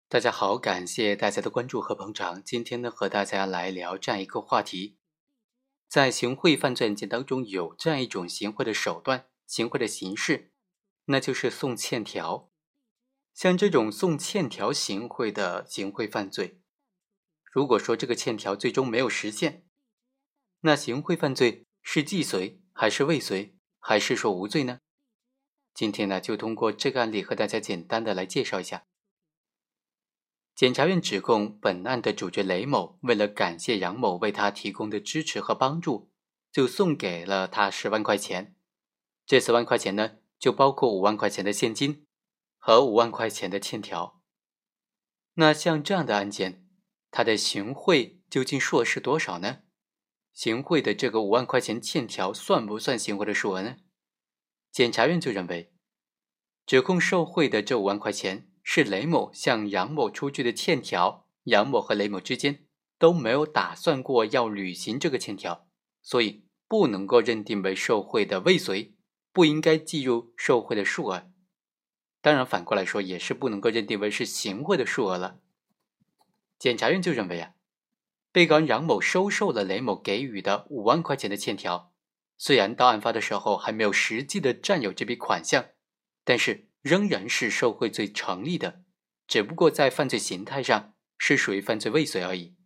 大家好，感谢大家的关注和捧场。今天呢，和大家来聊这样一个话题，在行贿犯罪案件当中，有这样一种行贿的手段、行贿的形式，那就是送欠条。像这种送欠条行贿的行贿犯罪，如果说这个欠条最终没有实现，那行贿犯罪是既遂还是未遂，还是说无罪呢？今天呢，就通过这个案例和大家简单的来介绍一下。检察院指控本案的主角雷某为了感谢杨某为他提供的支持和帮助，就送给了他10万块钱。这10万块钱呢，就包括5万块钱的现金和5万块钱的欠条。那像这样的案件，它的行贿究竟数额是多少呢？行贿的这个5万块钱欠条算不算行贿的数额呢？检察院就认为，指控受贿的这5万块钱是雷某向杨某出具的欠条，杨某和雷某之间都没有打算过要履行这个欠条，所以不能够认定为受贿的未遂，不应该计入受贿的数额。当然反过来说，也是不能够认定为是行贿的数额了。检察院就认为被告人杨某收受了雷某给予的5万块钱的欠条，虽然到案发的时候还没有实际的占有这笔款项，但是仍然是受贿罪成立的，只不过在犯罪形态上是属于犯罪未遂而已。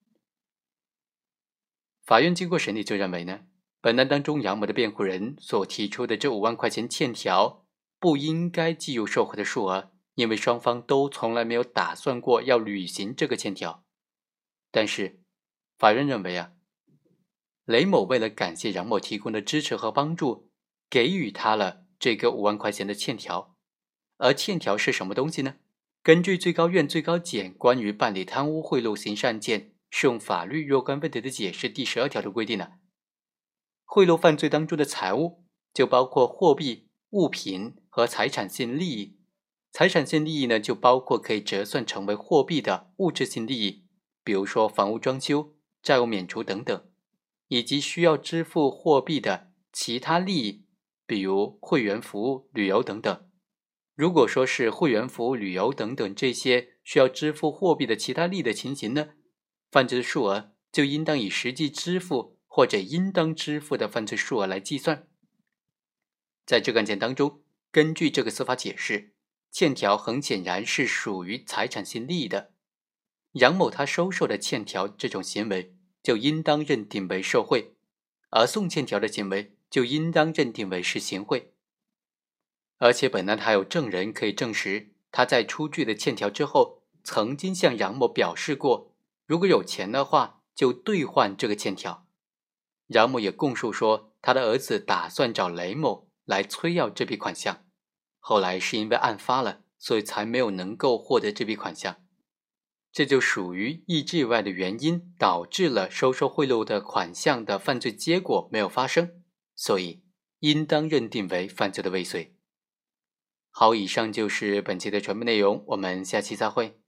法院经过审理就认为本案当中杨某的辩护人所提出的这5万块钱欠条不应该计入受贿的数额，因为双方都从来没有打算过要履行这个欠条。但是法院认为雷某为了感谢杨某提供的支持和帮助，给予他了这个5万块钱的欠条。而欠条是什么东西呢？根据最高院、最高检关于办理贪污贿赂刑事案件适用法律若干问题的解释第12条的规定贿赂犯罪当中的财物就包括货币、物品和财产性利益。财产性利益呢，就包括可以折算成为货币的物质性利益，比如说房屋装修、债务免除等等，以及需要支付货币的其他利益，比如会员服务、旅游等等。如果说是会员服务、旅游等等这些需要支付货币的其他利益的情形呢，犯罪的数额就应当以实际支付或者应当支付的犯罪数额来计算。在这个案件当中，根据这个司法解释，欠条很显然是属于财产性利益的，杨某他收受的欠条这种行为就应当认定为受贿，而送欠条的行为就应当认定为是行贿。而且本案还有证人可以证实，他在出具的欠条之后，曾经向杨某表示过，如果有钱的话就兑换这个欠条。杨某也供述说，他的儿子打算找雷某来催要这笔款项，后来是因为案发了，所以才没有能够获得这笔款项。这就属于意志以外的原因，导致了收受贿赂的款项的犯罪结果没有发生，所以应当认定为犯罪的未遂。好，以上就是本期的全部内容，我们下期再会。